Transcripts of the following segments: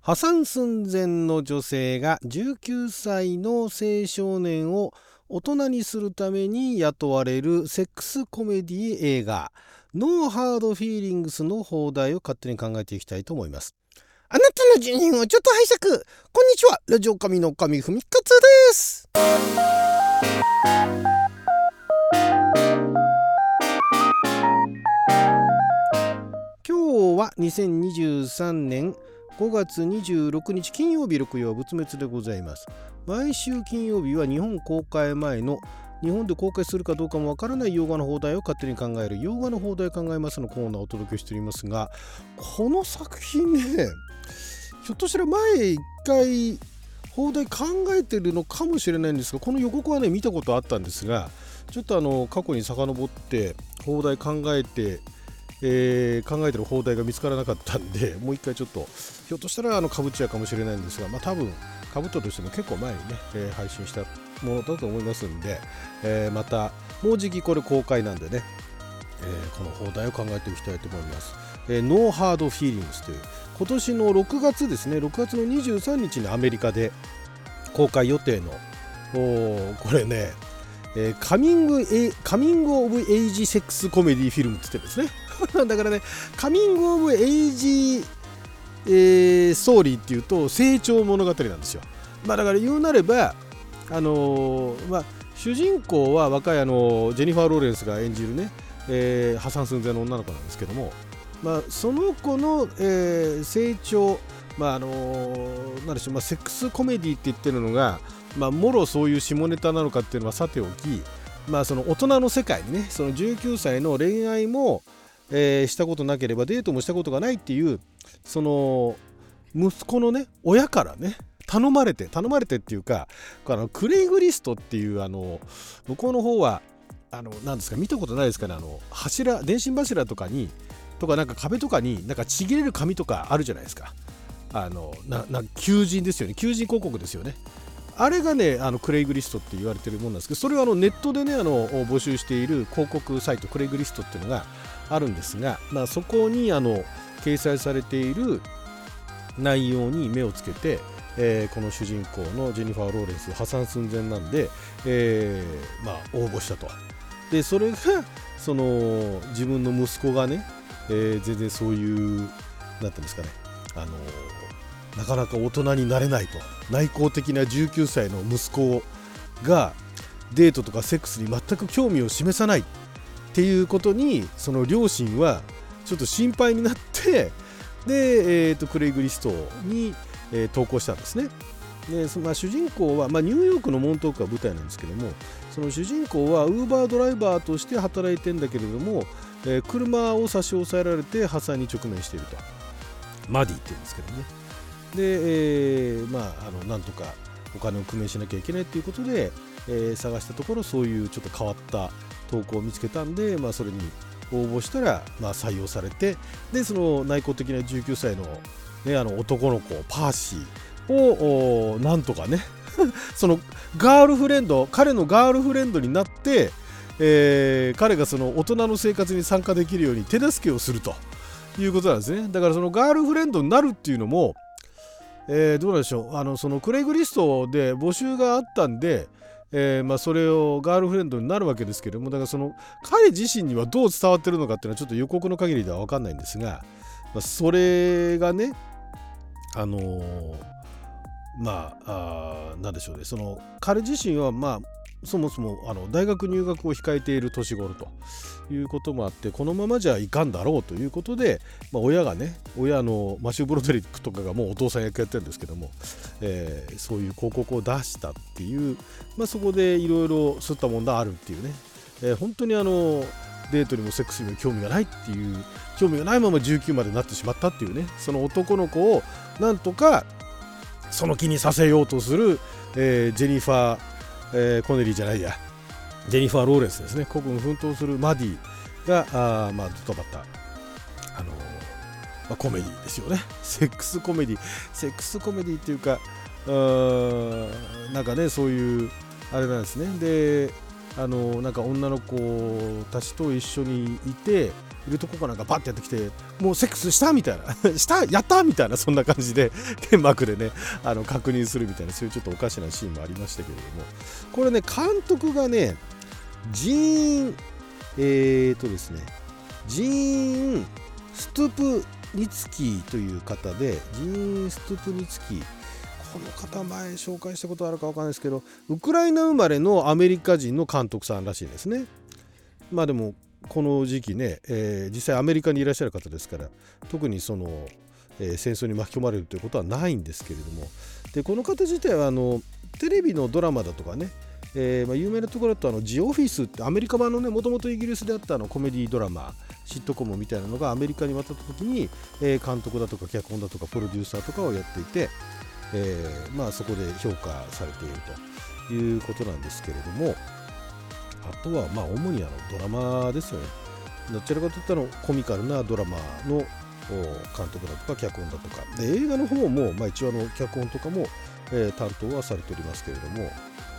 破産寸前の女性が19歳の青少年を大人にするために雇われるセックスコメディ映画ノーハードフィーリングスの放題を勝手に考えていきたいと思います。あなたの12分をちょっと拝借。こんにちは、ラジオ神の神ふみかつです。今日は2023年5月26日金曜日、6曜仏滅でございます。毎週金曜日は日本公開前の日本で公開するかどうかもわからない洋画の放題を勝手に考える洋画の放題を考えますのコーナーをお届けしておりますが、この作品ね、ひょっとしたら前一回放題考えてるのかもしれないんですが、この予告はね見たことあったんですが、ちょっと過去に遡って放題考えてる放題が見つからなかったんで、もう一回ちょっとひょっとしたらかぶっちゃうかもしれないんですが、多分かぶったとしても結構前にね、配信したものだと思いますんで、またもうじきこれ公開なんでね、この放題を考えていきたいと思います。ノーハードフィーリングスという今年の6月ですね、6月の23日にアメリカで公開予定のこれね、カミングオブエイジセックスコメディフィルムって言ってるんですねだからね、カミングオブエイジ、ストーリーっていうと成長物語なんですよ。だから言うなれば主人公は若いジェニファー・ローレンスが演じるね、破産寸前の女の子なんですけども、その子の、成長、なんでしょう、セックスコメディって言ってるのが、もろそういう下ネタなのかっていうのはさておき、その大人の世界にね、その19歳の恋愛も、したことなければデートもしたことがないっていう、その息子のね親からね頼まれてっていうか、クレイグリストっていう向こうの方はなんですか、見たことないですかね、電信柱とかなんか壁とかになんかちぎれる紙とかあるじゃないですか。求人ですよね、求人広告ですよね。あれがねクレイグリストって言われてるものなんですけど、それはネットでね募集している広告サイトクレイグリストっていうのがあるんですが、そこに掲載されている内容に目をつけて、この主人公のジェニファー・ローレンス破産寸前なんで、応募したと。でそれがその自分の息子がね、全然そういうなんていうんですかね、なかなか大人になれないと、内向的な19歳の息子がデートとかセックスに全く興味を示さないっていうことに、その両親はちょっと心配になって、で、クレイグリストに、投稿したんですね。で主人公は、ニューヨークのモントークが舞台なんですけども、その主人公はウーバードライバーとして働いてんだけれども、車を差し押さえられて破産に直面していると。マディって言うんですけどね。で、なんとかお金を工面しなきゃいけないということで、探したところそういうちょっと変わった投稿を見つけたんで、それに応募したら、採用されて、でその内向的な19歳の、男の子パーシーをなんとかねその彼のガールフレンドになって、彼がその大人の生活に参加できるように手助けをするということなんですね。だからそのガールフレンドになるっていうのも、どうなんでしょう、そのクレイグリストで募集があったんで、それをガールフレンドになるわけですけども、だからその彼自身にはどう伝わってるのかっていうのはちょっと予告の限りでは分かんないんですが、それがねなんでしょうね、その彼自身はそもそも大学入学を控えている年頃ということもあって、このままじゃいかんだろうということで、親のマシュー・ブロデリックとかがもうお父さん役やってるんですけども、そういう広告を出したっていう、そこでいろいろ吸ったもんだあるっていうね、本当にデートにもセックスにも興味がないっていう、興味がないまま19までなってしまったっていうね、その男の子をなんとかその気にさせようとする、ジェニファー、コネリーじゃないやジェニファー・ローレンスですね、孤軍奮闘するマディがドタバタコメディですよね。セックスコメディっていうか、なんかね、そういうあれなんですね。でなんか女の子たちと一緒にいて、 いるとこかなんかパッてやってきて、もうセックスしたみたいなしたやったみたいな、そんな感じで天幕でね確認するみたいな、そういうちょっとおかしなシーンもありましたけれども、これね監督がねジーンですねジーン・ストゥプニツキーという方で、ジーン・ストゥプニツキー、この方前紹介したことあるか分かんないですけど、ウクライナ生まれのアメリカ人の監督さんらしいですね。まあでもこの時期ね、実際アメリカにいらっしゃる方ですから、特にその、戦争に巻き込まれるということはないんですけれども、でこの方自体はテレビのドラマだとかね、有名なところだとジオフィスってアメリカ版のね、もともとイギリスであったコメディドラマシットコムみたいなのがアメリカに渡った時に、監督だとか脚本だとかプロデューサーとかをやっていて、そこで評価されているということなんですけれども、あとは主にドラマですよね。どちらかといったらコミカルなドラマの監督だとか脚本だとかで、映画の方も、一応脚本とかも、担当はされておりますけれども、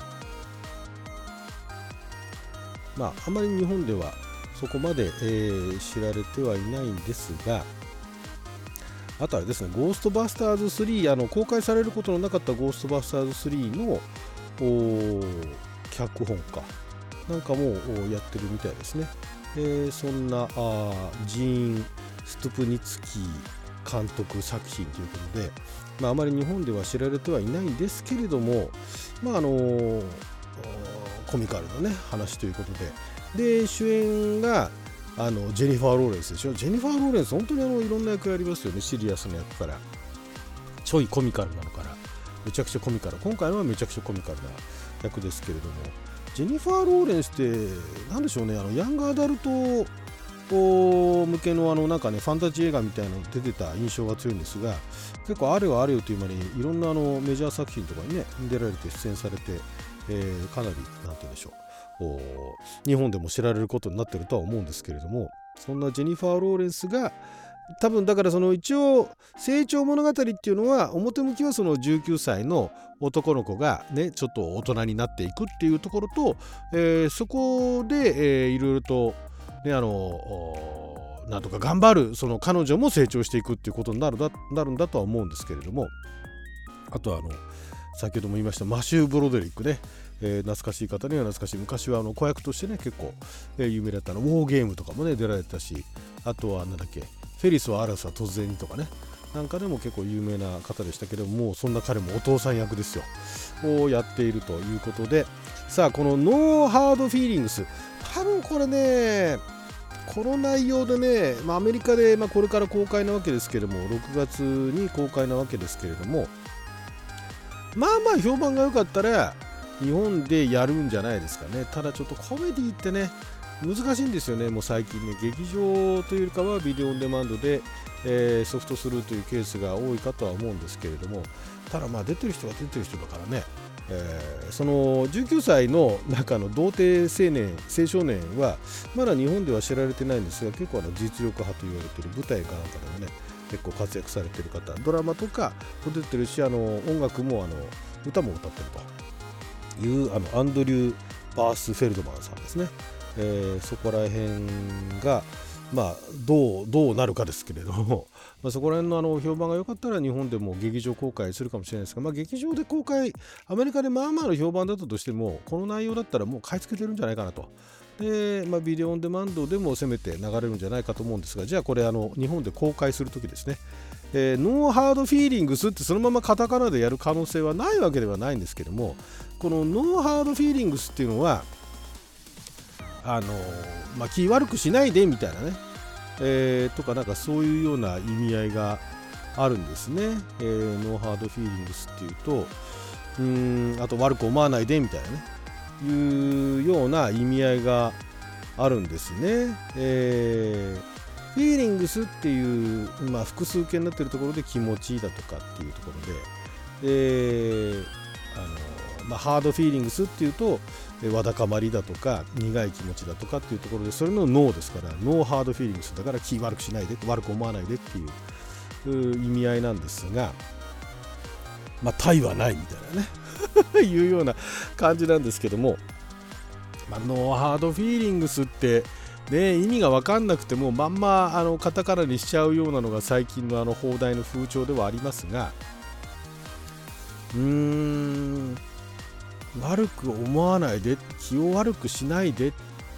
あまり日本ではそこまで、知られてはいないんですが、あとはですね、ゴーストバスターズ3、公開されることのなかったゴーストバスターズ3の脚本家なんかもやってるみたいですね。そんなジーン・ストゥプニツキー監督作品ということで、あまり日本では知られてはいないんですけれども、コミカルなね話ということで、主演がジェニファー・ローレンスでしょ。ジェニファー・ローレンス本当にいろんな役やりますよね。シリアスな役からちょいコミカルなのからめちゃくちゃコミカル、今回はめちゃくちゃコミカルな役ですけれども、ジェニファー・ローレンスって何でしょうね、ヤングアダルト向けのなんかねファンタジー映画みたいなの出てた印象が強いんですが、結構あれよあれよという間にいろんなメジャー作品とかにね出られて出演されて、かなりなんて言うんでしょう、日本でも知られることになってるとは思うんですけれども、そんなジェニファー・ローレンスが多分だから一応成長物語っていうのは表向きはその19歳の男の子がねちょっと大人になっていくっていうところと、そこで、いろいろとねなんとか頑張るその彼女も成長していくっていうことになるんだとは思うんですけれども、あとは先ほども言いましたマシュー・ブロデリックね、懐かしい方には懐かしい、昔は子役としてね結構、有名だったウォーゲームとかもね出られたし、あとはなんだっけフェリスはアラスは突然にとかねなんかでも結構有名な方でしたけども、そんな彼もお父さん役ですよをやっているということで、さあこのノーハードフィーリングス、多分これねこの内容でね、アメリカで、これから公開なわけですけれども、6月に公開なわけですけれども、評判が良かったら日本でやるんじゃないですかね。ただちょっとコメディってね難しいんですよね。もう最近ね劇場というよりかはビデオオンデマンドで、ソフトするというケースが多いかとは思うんですけれども、ただ出てる人は出てる人だからね、その19歳の中の童貞青少年はまだ日本では知られてないんですが、結構実力派と言われている舞台かなんかでもね結構活躍されている方、ドラマとかも出てるし、音楽も歌も歌ってるというアンドリュー・バースフェルドマンさんですね。そこら辺がどうなるかですけれども、そこら辺の評判が良かったら日本でも劇場公開するかもしれないですが、劇場で公開アメリカでの評判だったとしても、この内容だったらもう買い付けてるんじゃないかなと。で、ビデオオンデマンドでもせめて流れるんじゃないかと思うんですが、じゃあこれ日本で公開するときですね、ノーハードフィーリングスってそのままカタカナでやる可能性はないわけではないんですけども、このノーハードフィーリングスっていうのは気悪くしないでみたいなね、とかなんかそういうような意味合いがあるんですね。ノーハードフィーリングスっていうとあと悪く思わないでみたいなねいうような意味合いがあるんですね。フィーリングスっていう、複数形になっているところで気持ちいいだとかっていうところで、ハードフィーリングスっていうとわだかまりだとか苦い気持ちだとかっていうところで、それのノーですから、ノーハードフィーリングスだから気悪くしないで、悪く思わないでっていう意味合いなんですが、対はないみたいなねいうような感じなんですけども、ノーハードフィーリングスってね、意味が分かんなくてもまんまカタカナにしちゃうようなのが最近の放題の風潮ではありますが、悪く思わないで、気を悪くしないで、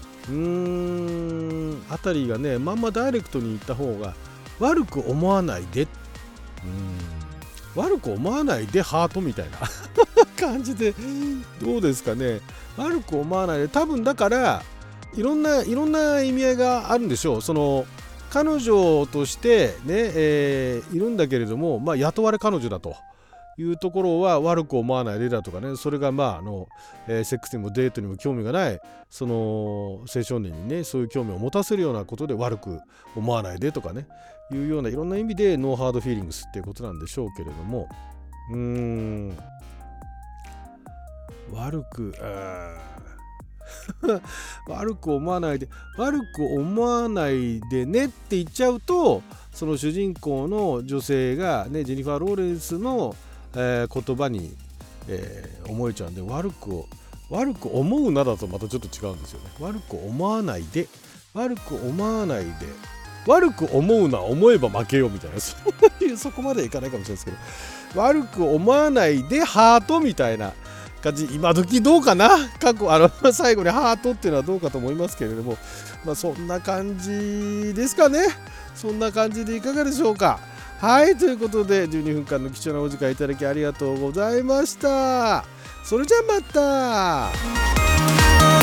あたりがね、まんまダイレクトに言った方が、悪く思わないで、悪く思わないでハートみたいな感じでどうですかね。悪く思わないで、多分だからいろんな意味合いがあるんでしょう。その彼女としてね、いるんだけれども、雇われ彼女だというところは悪く思わないでだとかね、それがセックスにもデートにも興味がないその青少年にね、そういう興味を持たせるようなことで悪く思わないでとかね、いうようないろんな意味でノーハードフィーリングスっていうことなんでしょうけれども、悪く思わないで、悪く思わないでねって言っちゃうと、その主人公の女性がね、ジェニファー・ローレンスの、言葉に、思えちゃうんで、悪く思うなだとまたちょっと違うんですよね。悪く思わないで、悪く思わないで、悪く思うな、思えば負けよみたいな、そこまでいかないかもしれないですけど、悪く思わないでハートみたいな感じ、今時どうかな、最後にハートっていうのはどうかと思いますけれども、そんな感じですかね。そんな感じでいかがでしょうか。はい、ということで12分間の貴重なお時間いただきありがとうございました。それじゃあまた。